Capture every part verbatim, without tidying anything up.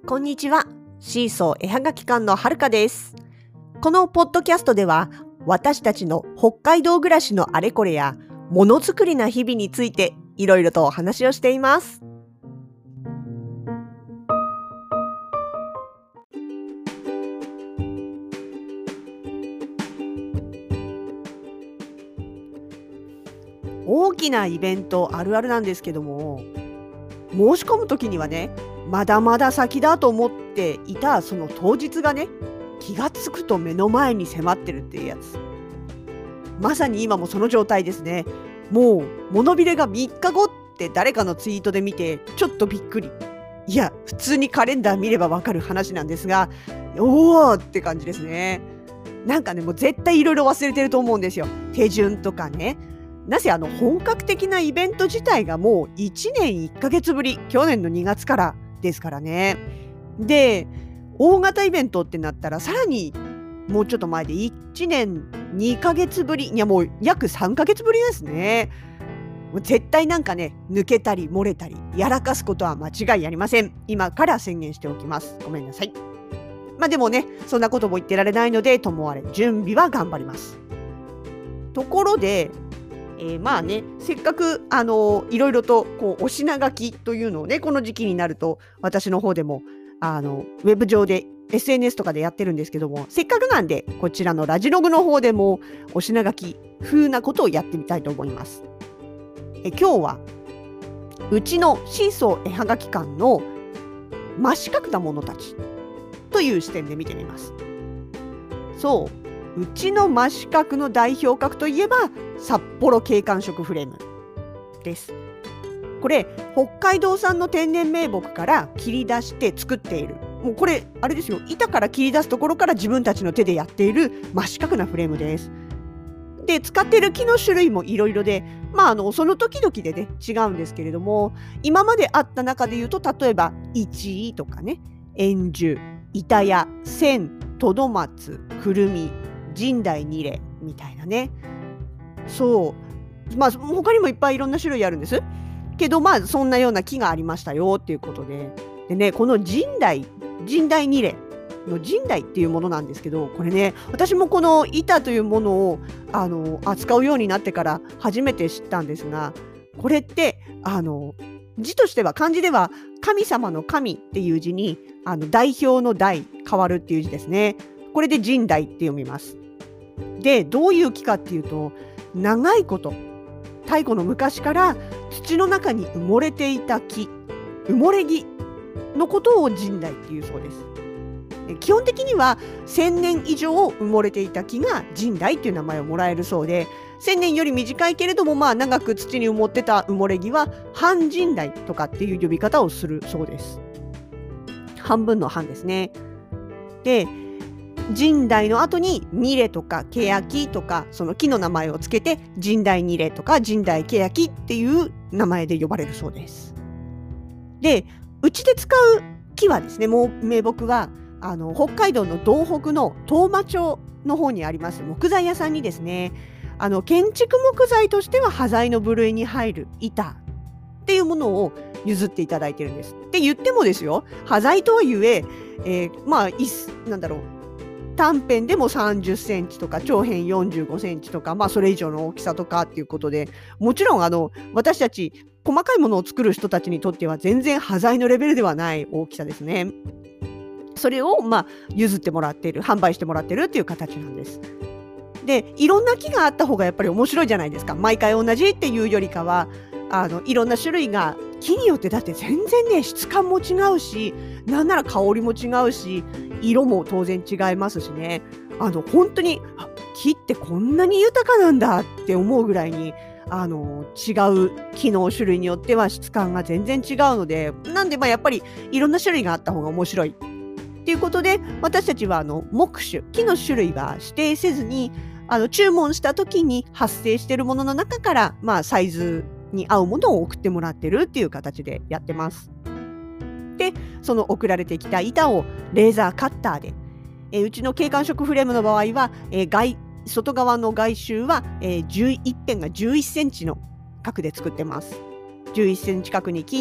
こんにちは。シーソー絵はがき館のはるかです。このポッドキャストでは、私たちの北海道暮らしのあれこれや、ものづくりな日々についていろいろとお話をしています。大きなイベントあるあるなんですけども、申し込むときにはね、まだまだ先だと思っていたその当日がね、気がつくと目の前に迫ってるっていうやつ。まさに今もその状態ですね。もう物切れがみっかごって誰かのツイートで見てちょっとびっくり。いや、普通にカレンダー見ればわかる話なんですが、おーって感じですね。なんかね、もう絶対いろいろ忘れてると思うんですよ。手順とかね。なぜあの本格的なイベント自体がもういちねんいっかげつぶり、去年のにがつからですからね。で、大型イベントってなったらさらにもうちょっと前でいちねんにかげつぶり、いやもう約さんかげつぶりですね。もう絶対なんかね、抜けたり漏れたりやらかすことは間違いありません。今から宣言しておきます。ごめんなさい。まあでもね、そんなことも言ってられないので、ともあれ準備は頑張ります。ところで、えー、まあね、せっかくあのいろいろとこうお品書きというのをね、この時期になると私の方でもあのウェブ上で エスエヌエス とかでやってるんですけども、せっかくなんでこちらのラジログの方でもお品書き風なことをやってみたいと思います。え今日はうちのシーソー絵はがき館の真四角なものたちという視点で見てみます。そう、うちの真四角の代表格といえば札幌景観色フレームです。これ北海道産の天然銘木から切り出して作っている、もうこれあれですよ、板から切り出すところから自分たちの手でやっている真四角なフレームです。で、使っている木の種類もいろいろで、まあ、あのその時々でね違うんですけれども、今まであった中で言うと、例えば一位とかね、円樹、板屋、千、トドマツ、くるみ、神代二礼みたいなね。そう、まあ他にもいっぱいいろんな種類あるんですけど、まあそんなような木がありましたよっていうことで、でね、この神代神代二礼の神代っていうものなんですけど、これね、私もこの板というものをあの扱うようになってから初めて知ったんですが、これってあの字としては漢字では神様の神っていう字にあの代表の代変わるっていう字ですね。これで神代って読みます。で、どういう木かっていうと、長いこと太古の昔から土の中に埋もれていた木、埋もれ木のことを神代っていうそうです。基本的にはせんねん以上埋もれていた木が神代っていう名前をもらえるそうで、せんねんより短いけれども、まあ長く土に埋もってた埋もれ木は半神代とかっていう呼び方をするそうです。半分の半ですね。で、神代の後に二礼とか欅とかその木の名前をつけて神代二礼とか神代欅っていう名前で呼ばれるそうです。で、うちで使う木はですね、もう銘木はあの北海道の道北の当麻町の方にあります木材屋さんにですね、あの建築木材としては端材の部類に入る板っていうものを譲っていただいてるんです。って言ってもですよ、端材とはいええー、まあいなんだろう短辺でもさんじゅっセンチとか長辺よんじゅうごセンチとか、まあそれ以上の大きさとかっていうことで、もちろんあの私たち細かいものを作る人たちにとっては全然端材のレベルではない大きさですね。それをまあ譲ってもらっている、販売してもらってるっていう形なんです。で、いろんな木があった方がやっぱり面白いじゃないですか。毎回同じっていうよりかは、あのいろんな種類が木によってだって全然ね、質感も違うし、なんなら香りも違うし、色も当然違いますしね。あの本当にあ木ってこんなに豊かなんだって思うぐらいにあの違う木の種類によっては質感が全然違うので、なんでまあやっぱりいろんな種類があった方が面白いっていうことで、私たちはあの木種、木の種類は指定せずに、あの注文した時に発生しているものの中から、まあ、サイズに合うものを送ってもらってるっていう形でやってます。で、その送られてきた板をレーザーカッターで、えうちの景観色フレームの場合は、え外外側の外周は、えー、じゅういち辺がじゅういっセンチの角で作ってます。 じゅういっセンチ角に切って、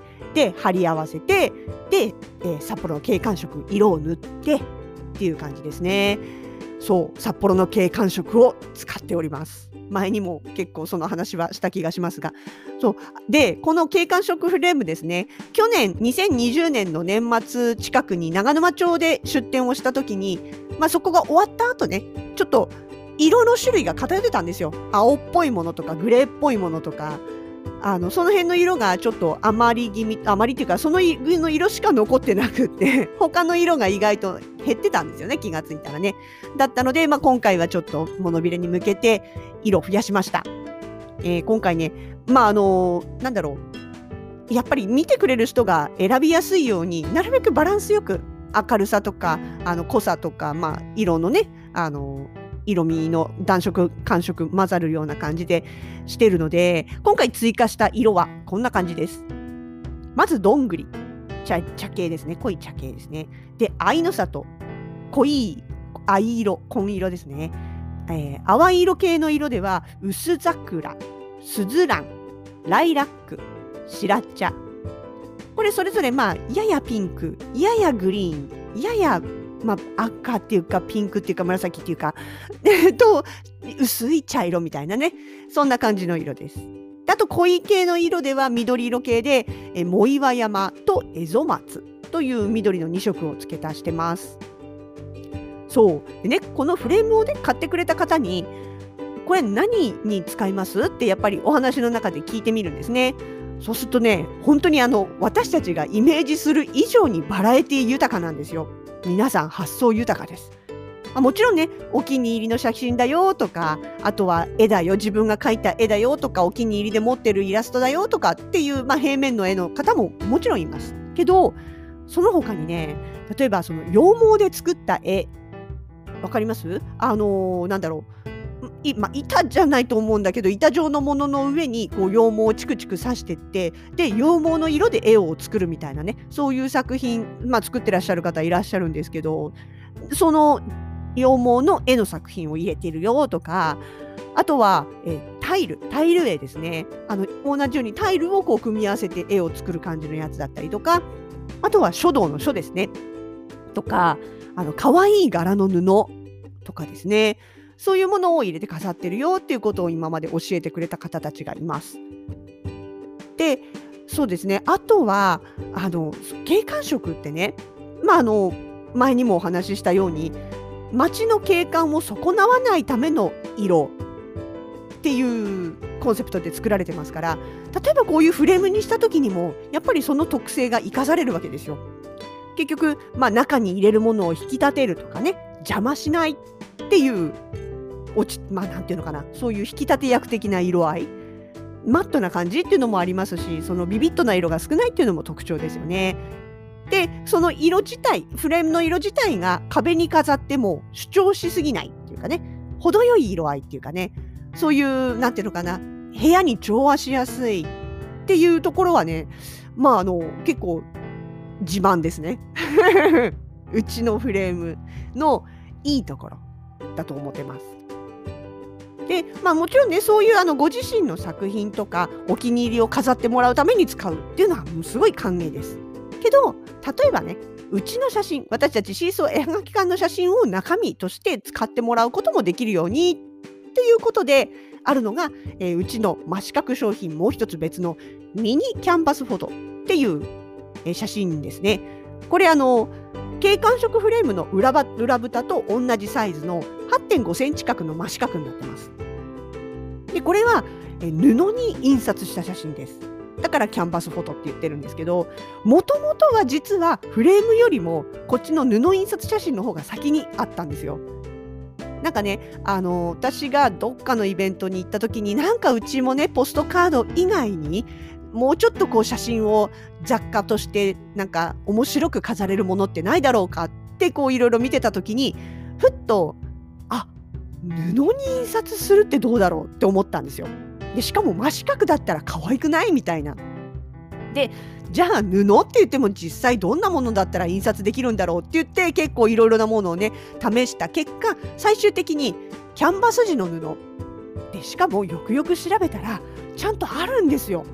で貼り合わせて、で、えー、札幌の景観色色を塗ってっていう感じですね。そう札幌の景観色を使っております。前にも結構その話はした気がしますが、そうでこの景観色フレームですね、去年にせんにじゅうねんの年末近くに長沼町で出店をした時に、まあ、そこが終わった後ね、ちょっと色の種類が偏ってたんですよ。青っぽいものとかグレーっぽいものとか、あのその辺の色がちょっと余り気味、余りっていうかその色しか残ってなくって他の色が意外と減ってたんですよね、気がついたらね。だったので、まあ、今回はちょっと物びれに向けて色を増やしました。えー、今回ね、まああのー、なんだろう、やっぱり見てくれる人が選びやすいようになるべくバランスよく明るさとかあの濃さとか、まあ、色のね、あのー色味の暖色寒色混ざるような感じでしてるので、今回追加した色はこんな感じです。まずどんぐり 茶, 茶系ですね、濃い茶系ですね。で藍の里、濃い藍色、紺色ですね。えー、淡い色系の色では薄桜、スズラン、ライラック、白茶、これそれぞれまあややピンク、ややグリーン、ややまあ、赤っていうかピンクっていうか紫っていうかと薄い茶色みたいなね、そんな感じの色です。あと濃い系の色では緑色系でえ藻岩山とエゾマツという緑のに色を付け足してます。そうでね、このフレームをね買ってくれた方にこれ何に使いますってやっぱりお話の中で聞いてみるんですね。そうするとね、本当にあの私たちがイメージする以上にバラエティ豊かなんですよ。皆さん発想豊かです。もちろんね、お気に入りの写真だよとか、あとは絵だよ、自分が描いた絵だよとか、お気に入りで持ってるイラストだよとかっていう、まあ、平面の絵の方ももちろんいますけど、その他にね、例えばその羊毛で作った絵、わかります？あのー、なんだろう、いまあ、板じゃないと思うんだけど、板状のものの上にこう羊毛をチクチク刺してって、で羊毛の色で絵を作るみたいなね、そういう作品、まあ、作ってらっしゃる方いらっしゃるんですけど、その羊毛の絵の作品を入れてるよとか、あとは、えタイルタイル絵ですね。あの同じようにタイルをこう組み合わせて絵を作る感じのやつだったりとか、あとは書道の書ですねとか、あの可愛い柄の布とかですね、そういうものを入れて飾ってるよっていうことを今まで教えてくれた方たちがいます。で、そうですね。あとはあの景観色ってね、まああの前にもお話ししたように、街の景観を損なわないための色っていうコンセプトで作られてますから、例えばこういうフレームにした時にもやっぱりその特性が生かされるわけですよ。結局、まあ、中に入れるものを引き立てるとかね、邪魔しないっていう落ち、まあ、なんていうのかな、そういう引き立て役的な色合い、マットな感じっていうのもありますし、そのビビッドな色が少ないっていうのも特徴ですよね。で、その色自体、フレームの色自体が壁に飾っても主張しすぎないっていうかね、程よい色合いっていうかね、そういうなんていうのかな、部屋に調和しやすいっていうところはね、まああの結構自慢ですねうちのフレームのいいところだと思ってます。で、まあもちろんね、そういうあのご自身の作品とかお気に入りを飾ってもらうために使うっていうのはもうすごい歓迎です。けど、例えばね、うちの写真、私たちシーソー絵はがき館の写真を中身として使ってもらうこともできるようにっていうことであるのが、えー、うちの真四角商品もう一つ別のミニキャンバスフォトっていう、えー、写真ですね。これあの景観色フレームの 裏, ば裏蓋と同じサイズの はってんごセンチ角の真四角になってます。でこれは、えー、布に印刷した写真です。だからキャンバスフォトって言ってるんですけど、もともとは実はフレームよりもこっちの布印刷写真の方が先にあったんですよ。なんかね、あの私がどっかのイベントに行った時に、なんかうちもねポストカード以外にもうちょっとこう写真を雑貨としてなんか面白く飾れるものってないだろうかってこういろいろ見てた時に、ふっとあ布に印刷するってどうだろうって思ったんですよ。でしかも真四角だったら可愛くないみたいな。でじゃあ布って言っても実際どんなものだったら印刷できるんだろうって言って結構いろいろなものをね試した結果、最終的にキャンバス地の布で、しかもよくよく調べたらちゃんとあるんですよ。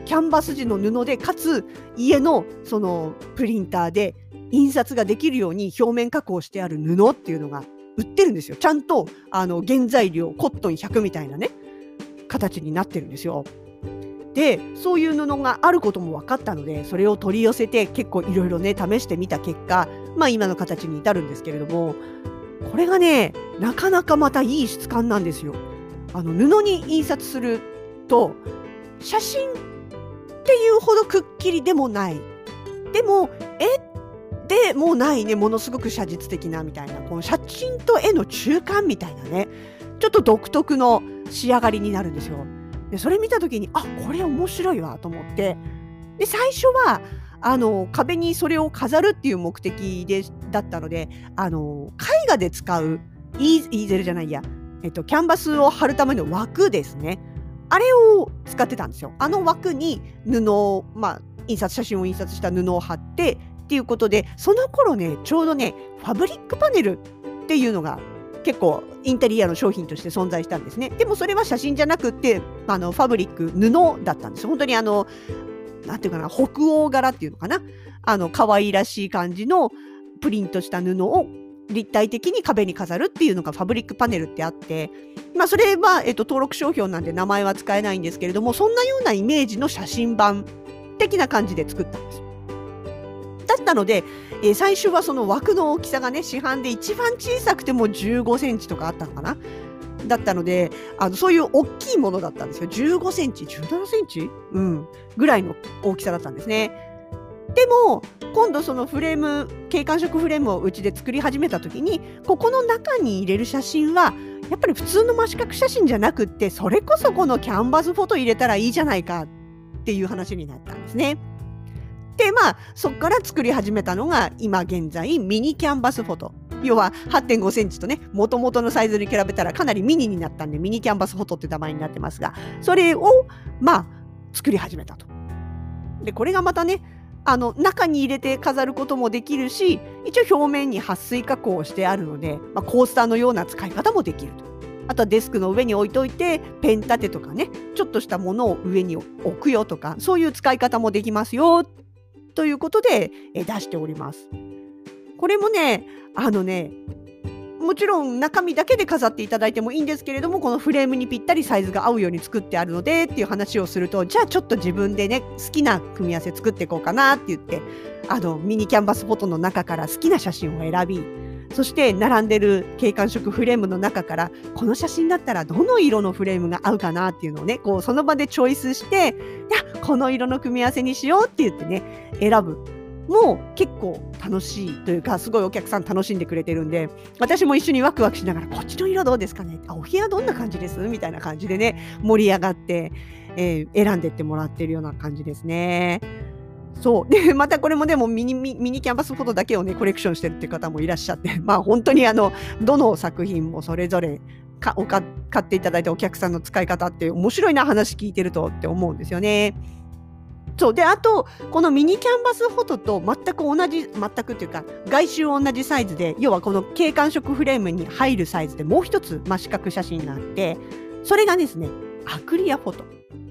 キャンバス地の布で、かつ家のそのプリンターで印刷ができるように表面加工してある布っていうのが売ってるんですよ。ちゃんとあの原材料コットンひゃくみたいなね形になってるんですよ。でそういう布があることも分かったので、それを取り寄せて結構いろいろね試してみた結果、まあ今の形に至るんですけれども、これがねなかなかまたいい質感なんですよ。あの布に印刷すると写真っていうほどくっきりでもない、でも絵でもないね、ものすごく写実的なみたいな、この写真と絵の中間みたいなね、ちょっと独特の仕上がりになるんですよ。でそれ見た時に、あ、これ面白いわと思って、で最初はあの壁にそれを飾るっていう目的でだったので、あの絵画で使うイー、イーゼルじゃないや、えっと、キャンバスを貼るための枠ですね、あれを使ってたんですよ。あの枠に布を、まあ、印刷写真を印刷した布を貼ってっていうことで、その頃ねちょうどねファブリックパネルっていうのが結構インテリアの商品として存在したんですね。でもそれは写真じゃなくってあのファブリック布だったんです。本当にあのなんていうかな、北欧柄っていうのかな、あの可愛らしい感じのプリントした布を立体的に壁に飾るっていうのがファブリックパネルってあって、まあ、それは、えっと、登録商標なんで名前は使えないんですけれども、そんなようなイメージの写真版的な感じで作ったんです。だったので、えー、最初はその枠の大きさがね、市販で一番小さくてもじゅうごセンチとかあったのかな、だったので、あのそういう大きいものだったんですよ。じゅうごセンチ、じゅうななセンチ、うん、ぐらいの大きさだったんですね。でも今度そのフレーム、景観色フレームをうちで作り始めた時に、ここの中に入れる写真はやっぱり普通の真四角写真じゃなくって、それこそこのキャンバスフォト入れたらいいじゃないかっていう話になったんですね。でまあそこから作り始めたのが今現在ミニキャンバスフォト、要は はってんごセンチとね、元々のサイズに比べたらかなりミニになったんで、ミニキャンバスフォトって名前になってますが、それをまあ作り始めたと。でこれがまたね、あの中に入れて飾ることもできるし、一応表面に撥水加工をしてあるので、まあ、コースターのような使い方もできると。あとはデスクの上に置いといてペン立てとかね、ちょっとしたものを上に置くよとか、そういう使い方もできますよということでえ出しております。これもね、あのねもちろん中身だけで飾っていただいてもいいんですけれども、このフレームにぴったりサイズが合うように作ってあるのでっていう話をすると、じゃあちょっと自分でね好きな組み合わせ作っていこうかなって言って、あのミニキャンバスフォトの中から好きな写真を選び、そして並んでる景観色フレームの中からこの写真だったらどの色のフレームが合うかなっていうのをね、こうその場でチョイスして、いやこの色の組み合わせにしようって言ってね選ぶ、もう結構楽しいというか、すごいお客さん楽しんでくれてるんで、私も一緒にワクワクしながら、こっちの色どうですかね、あお部屋どんな感じですみたいな感じでね盛り上がって、えー、選んでってもらってるような感じですね。そうでまたこれもでもミニミニキャンバスフォトだけをねコレクションしてるっていう方もいらっしゃって、まあ本当にあのどの作品もそれぞれかおか買っていただいたお客さんの使い方って面白いな、話聞いてるとって思うんですよね。そうで、あとこのミニキャンバスフォトと全く同じ、全くっていうか外周同じサイズで、要はこの景観色フレームに入るサイズでもう一つ真四角写真があって、それがですねアクリアフォト。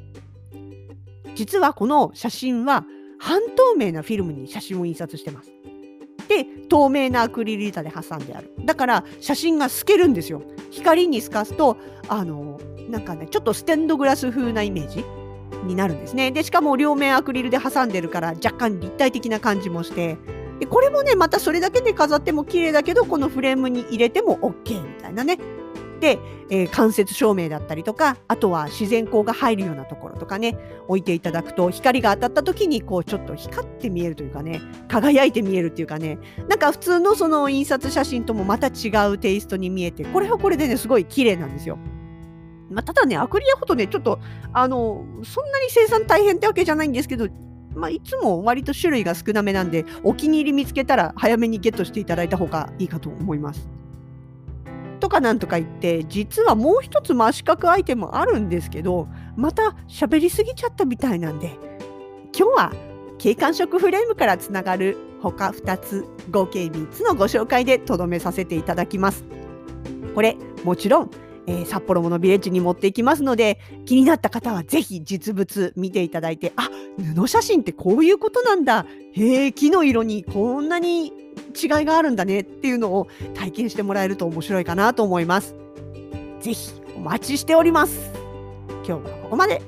実はこの写真は半透明なフィルムに写真を印刷してます。で透明なアクリル板で挟んである。だから写真が透けるんですよ。光に透かすとあのなんかねちょっとステンドグラス風なイメージになるんですね。でしかも両面アクリルで挟んでるから若干立体的な感じもして、でこれもねまたそれだけで飾っても綺麗だけど、このフレームに入れても OK みたいなね。で、えー、間接照明だったりとか、あとは自然光が入るようなところとかね置いていただくと、光が当たった時にこうちょっと光って見えるというかね、輝いて見えるっていうかね、なんか普通のその印刷写真ともまた違うテイストに見えて、これはこれでねすごい綺麗なんですよ。まあ、ただねアクリアフォトねちょっとあのそんなに生産大変ってわけじゃないんですけど、まあ、いつも割と種類が少なめなんで、お気に入り見つけたら早めにゲットしていただいた方がいいかと思います。とかなんとか言って、実はもう一つ真四角アイテムあるんですけど、また喋りすぎちゃったみたいなんで、今日は景観色フレームからつながる他ふたつ、合計みっつのご紹介でとどめさせていただきます。これもちろんえー、札幌モノビレッジに持っていきますので、気になった方はぜひ実物見ていただいて、あ、布写真ってこういうことなんだ。へえ、木の色にこんなに違いがあるんだねっていうのを体験してもらえると面白いかなと思います。ぜひお待ちしております。今日はここまで。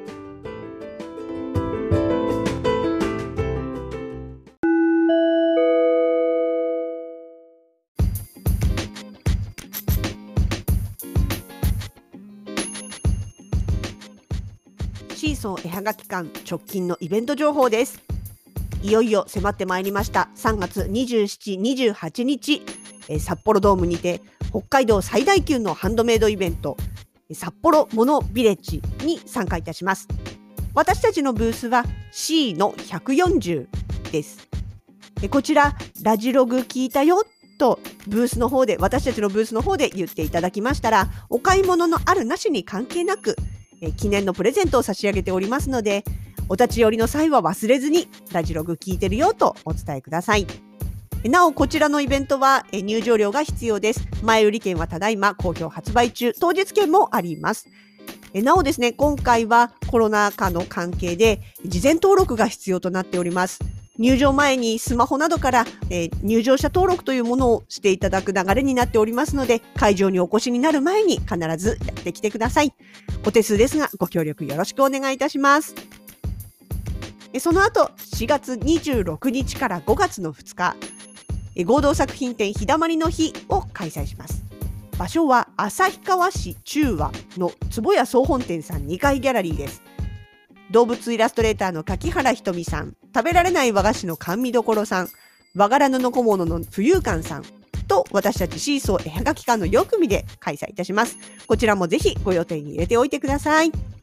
シーソー絵はがき館直近のイベント情報です。いよいよ迫ってまいりましたさんがつにじゅうしち、にじゅうはちにち、えー、札幌ドームにて北海道最大級のハンドメイドイベント札幌モノビレッジに参加いたします。私たちのブースは シー のひゃくよんじゅうです。えこちらラジログ聞いたよとブースの方で私たちのブースの方で言っていただきましたら、お買い物のあるなしに関係なくえ記念のプレゼントを差し上げておりますので、お立ち寄りの際は忘れずにラジログ聞いてるよとお伝えください。なおこちらのイベントは入場料が必要です。前売り券はただいま好評発売中、当日券もあります。なおですね、今回はコロナ禍の関係で事前登録が必要となっております。入場前にスマホなどから、えー、入場者登録というものをしていただく流れになっておりますので、会場にお越しになる前に必ずやってきてください。お手数ですがご協力よろしくお願いいたします。えその後しがつにじゅうろくにちからごがつのふつか、え合同作品展ひだまりの日を開催します。場所は旭川市中和の坪谷総本店さんにかいギャラリーです。動物イラストレーターの柿原ひとみさん、食べられない和菓子の甘味どころさん、和柄布小物の浮遊館さんと私たちシーソー絵はがき館のよくみで開催いたします。こちらもぜひご予定に入れておいてください。